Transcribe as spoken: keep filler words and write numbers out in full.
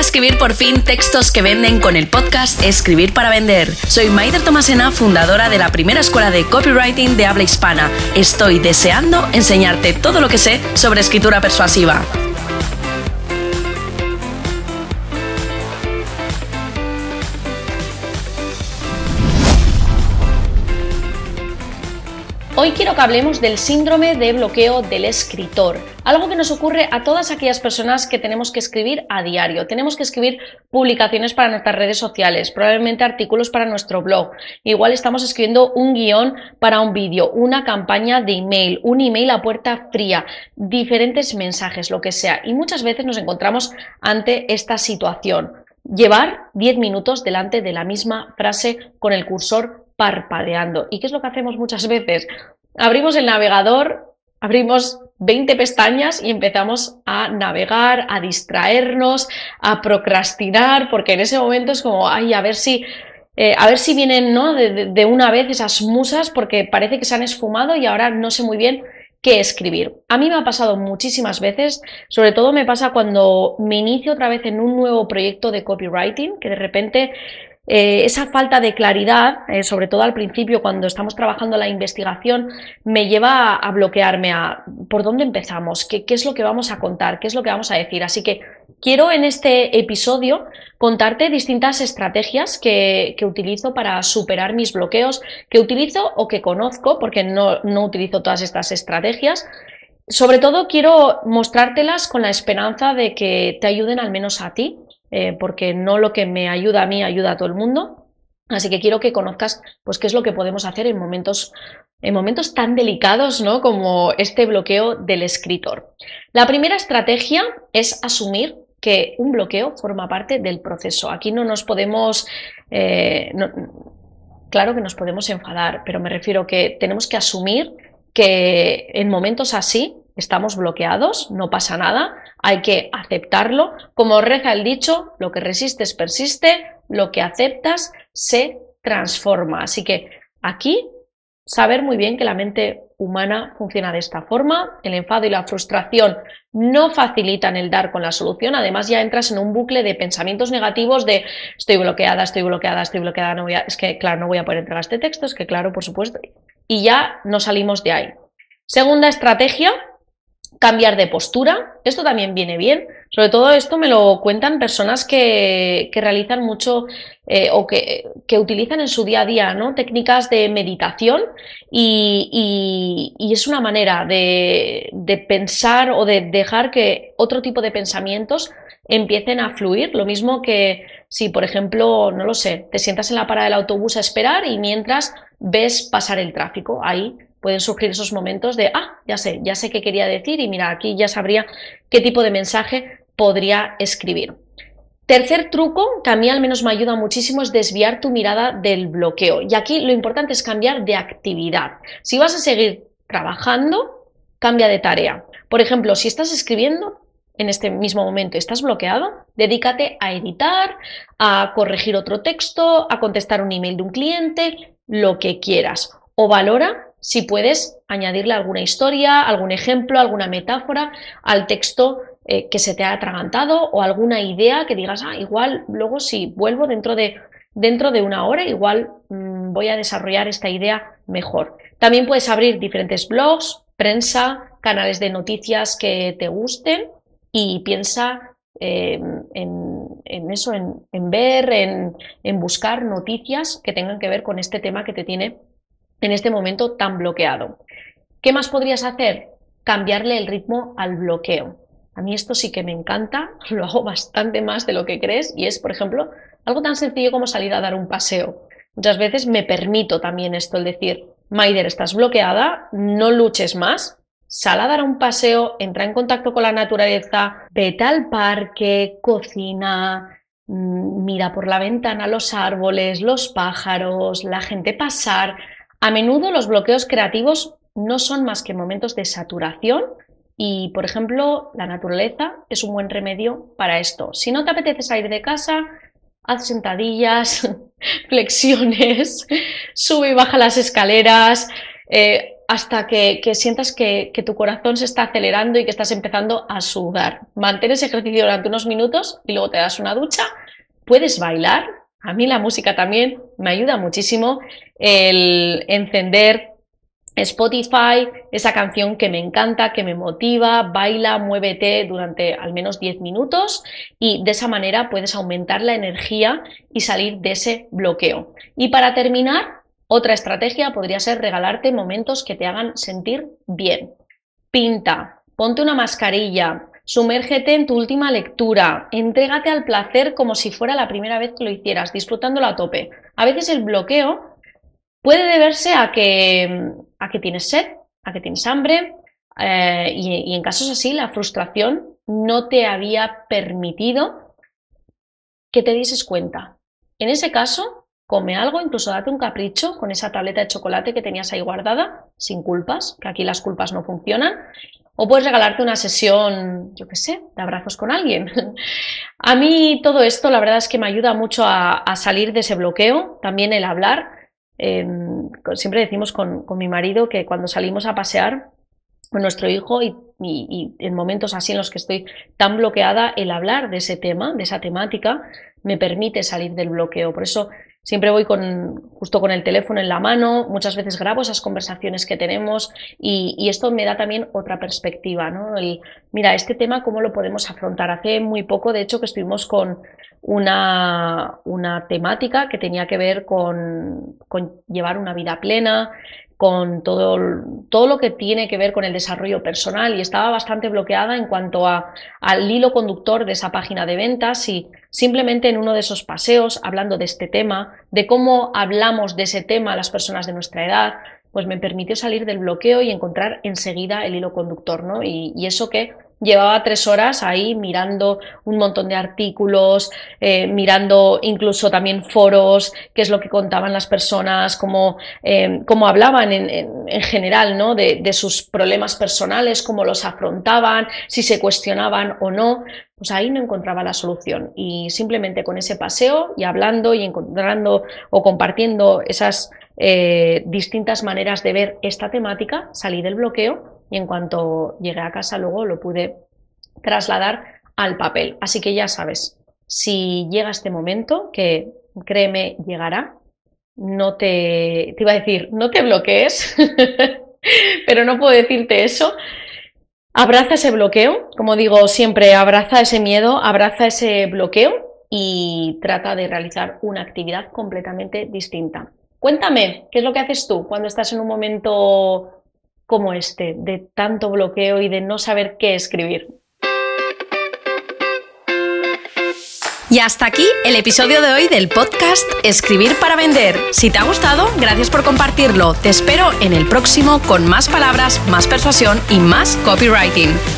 escribir por fin textos que venden con el podcast Escribir para Vender. Soy Maider Tomasena, fundadora de la primera escuela de copywriting de habla hispana. Estoy deseando enseñarte todo lo que sé sobre escritura persuasiva. Hoy quiero que hablemos del síndrome de bloqueo del escritor, algo que nos ocurre a todas aquellas personas que tenemos que escribir a diario. Tenemos que escribir publicaciones para nuestras redes sociales, probablemente artículos para nuestro blog. Igual estamos escribiendo un guión para un vídeo, una campaña de email, un email a puerta fría, diferentes mensajes, lo que sea. Y muchas veces nos encontramos ante esta situación. Llevar diez minutos delante de la misma frase con el cursor parpadeando. ¿Y qué es lo que hacemos muchas veces? Abrimos el navegador, abrimos veinte pestañas y empezamos a navegar, a distraernos, a procrastinar, porque en ese momento es como, ay, a ver si, eh, a ver si vienen, ¿no? de, de, de una vez esas musas, porque parece que se han esfumado y ahora no sé muy bien qué escribir. A mí me ha pasado muchísimas veces, sobre todo me pasa cuando me inicio otra vez en un nuevo proyecto de copywriting, que de repente Eh, esa falta de claridad, eh, sobre todo al principio cuando estamos trabajando la investigación, me lleva a, a bloquearme a por dónde empezamos, qué, qué es lo que vamos a contar, qué es lo que vamos a decir. Así que quiero en este episodio contarte distintas estrategias que, que utilizo para superar mis bloqueos, que utilizo o que conozco, porque no, no utilizo todas estas estrategias. Sobre todo quiero mostrártelas con la esperanza de que te ayuden al menos a ti, Eh, porque no lo que me ayuda a mí ayuda a todo el mundo, así que quiero que conozcas pues qué es lo que podemos hacer en momentos, en momentos tan delicados, ¿no? Como este bloqueo del escritor. La primera estrategia es asumir que un bloqueo forma parte del proceso. Aquí no nos podemos, eh, no, claro que nos podemos enfadar, pero me refiero que tenemos que asumir que en momentos así estamos bloqueados, no pasa nada, hay que aceptarlo. Como reza el dicho, lo que resistes persiste, lo que aceptas se transforma. Así que aquí saber muy bien que la mente humana funciona de esta forma, el enfado y la frustración no facilitan el dar con la solución, además ya entras en un bucle de pensamientos negativos de estoy bloqueada, estoy bloqueada, estoy bloqueada, no voy a, es que claro, no voy a poder entregar este texto, es que claro, por supuesto, y ya no salimos de ahí. Segunda estrategia, cambiar de postura. Esto también viene bien, sobre todo esto me lo cuentan personas que, que realizan mucho eh, o que, que utilizan en su día a día, ¿no? Técnicas de meditación y, y, y es una manera de, de pensar o de dejar que otro tipo de pensamientos empiecen a fluir, lo mismo que si por ejemplo, no lo sé, te sientas en la parada del autobús a esperar y mientras ves pasar el tráfico, ahí pueden surgir esos momentos de, ah, ya sé, ya sé qué quería decir y mira, aquí ya sabría qué tipo de mensaje podría escribir. Tercer truco, que a mí al menos me ayuda muchísimo, es desviar tu mirada del bloqueo. Y aquí lo importante es cambiar de actividad. Si vas a seguir trabajando, cambia de tarea. Por ejemplo, si estás escribiendo, en este mismo momento estás bloqueado, dedícate a editar, a corregir otro texto, a contestar un email de un cliente, lo que quieras. O valora si puedes añadirle alguna historia, algún ejemplo, alguna metáfora al texto eh, que se te ha atragantado o alguna idea que digas, ah, igual luego si vuelvo dentro de, dentro de una hora, igual mmm, voy a desarrollar esta idea mejor. También puedes abrir diferentes blogs, prensa, canales de noticias que te gusten y piensa eh, en, en eso, en, en ver, en, en buscar noticias que tengan que ver con este tema que te tiene en este momento tan bloqueado. ¿Qué más podrías hacer? Cambiarle el ritmo al bloqueo. A mí esto sí que me encanta, lo hago bastante más de lo que crees y es, por ejemplo, algo tan sencillo como salir a dar un paseo. Muchas veces me permito también esto, el decir, Maider, estás bloqueada, no luches más, sal a dar un paseo, entra en contacto con la naturaleza, vete al parque, cocina, mira por la ventana los árboles, los pájaros, la gente pasar. A menudo los bloqueos creativos no son más que momentos de saturación y, por ejemplo, la naturaleza es un buen remedio para esto. Si no te apetece salir de casa, haz sentadillas, flexiones, sube y baja las escaleras, eh, hasta que, que sientas que, que tu corazón se está acelerando y que estás empezando a sudar. Mantén ese ejercicio durante unos minutos y luego te das una ducha. Puedes bailar. A mí la música también me ayuda muchísimo. El encender Spotify, esa canción que me encanta, que me motiva, baila, muévete durante al menos diez minutos y de esa manera puedes aumentar la energía y salir de ese bloqueo. Y para terminar, otra estrategia podría ser regalarte momentos que te hagan sentir bien. Pinta, ponte una mascarilla, sumérgete en tu última lectura, entrégate al placer como si fuera la primera vez que lo hicieras, disfrutándolo a tope. A veces el bloqueo puede deberse a que, a que tienes sed, a que tienes hambre eh, y, y en casos así la frustración no te había permitido que te dieses cuenta. En ese caso, come algo, incluso date un capricho con esa tableta de chocolate que tenías ahí guardada, sin culpas, que aquí las culpas no funcionan, o puedes regalarte una sesión, yo qué sé, de abrazos con alguien. A mí todo esto la verdad es que me ayuda mucho a, a salir de ese bloqueo, también el hablar. Eh, siempre decimos con, con mi marido que cuando salimos a pasear con nuestro hijo y, y, y en momentos así en los que estoy tan bloqueada, el hablar de ese tema, de esa temática, me permite salir del bloqueo. Por eso siempre voy con, justo con el teléfono en la mano, muchas veces grabo esas conversaciones que tenemos y, y esto me da también otra perspectiva, ¿no? El, mira, este tema, ¿cómo lo podemos afrontar? Hace muy poco, de hecho, que estuvimos con una, una temática que tenía que ver con, con llevar una vida plena, con todo, todo lo que tiene que ver con el desarrollo personal y estaba bastante bloqueada en cuanto a, al hilo conductor de esa página de ventas y simplemente en uno de esos paseos hablando de este tema, de cómo hablamos de ese tema a las personas de nuestra edad, pues me permitió salir del bloqueo y encontrar enseguida el hilo conductor, ¿no? Y, y eso que llevaba tres horas ahí mirando un montón de artículos, eh, mirando incluso también foros, qué es lo que contaban las personas, cómo, eh, cómo hablaban en, en, en general, ¿no? de, de sus problemas personales, cómo los afrontaban, si se cuestionaban o no. Pues ahí no encontraba la solución y simplemente con ese paseo y hablando y encontrando o compartiendo esas eh, distintas maneras de ver esta temática, salí del bloqueo y en cuanto llegué a casa luego lo pude trasladar al papel. Así que ya sabes, si llega este momento, que créeme, llegará, no te, te iba a decir, no te bloquees, pero no puedo decirte eso. Abraza ese bloqueo, como digo siempre, abraza ese miedo, abraza ese bloqueo y trata de realizar una actividad completamente distinta. Cuéntame, ¿qué es lo que haces tú cuando estás en un momento como este, de tanto bloqueo y de no saber qué escribir? Y hasta aquí el episodio de hoy del podcast Escribir para Vender. Si te ha gustado, gracias por compartirlo. Te espero en el próximo con más palabras, más persuasión y más copywriting.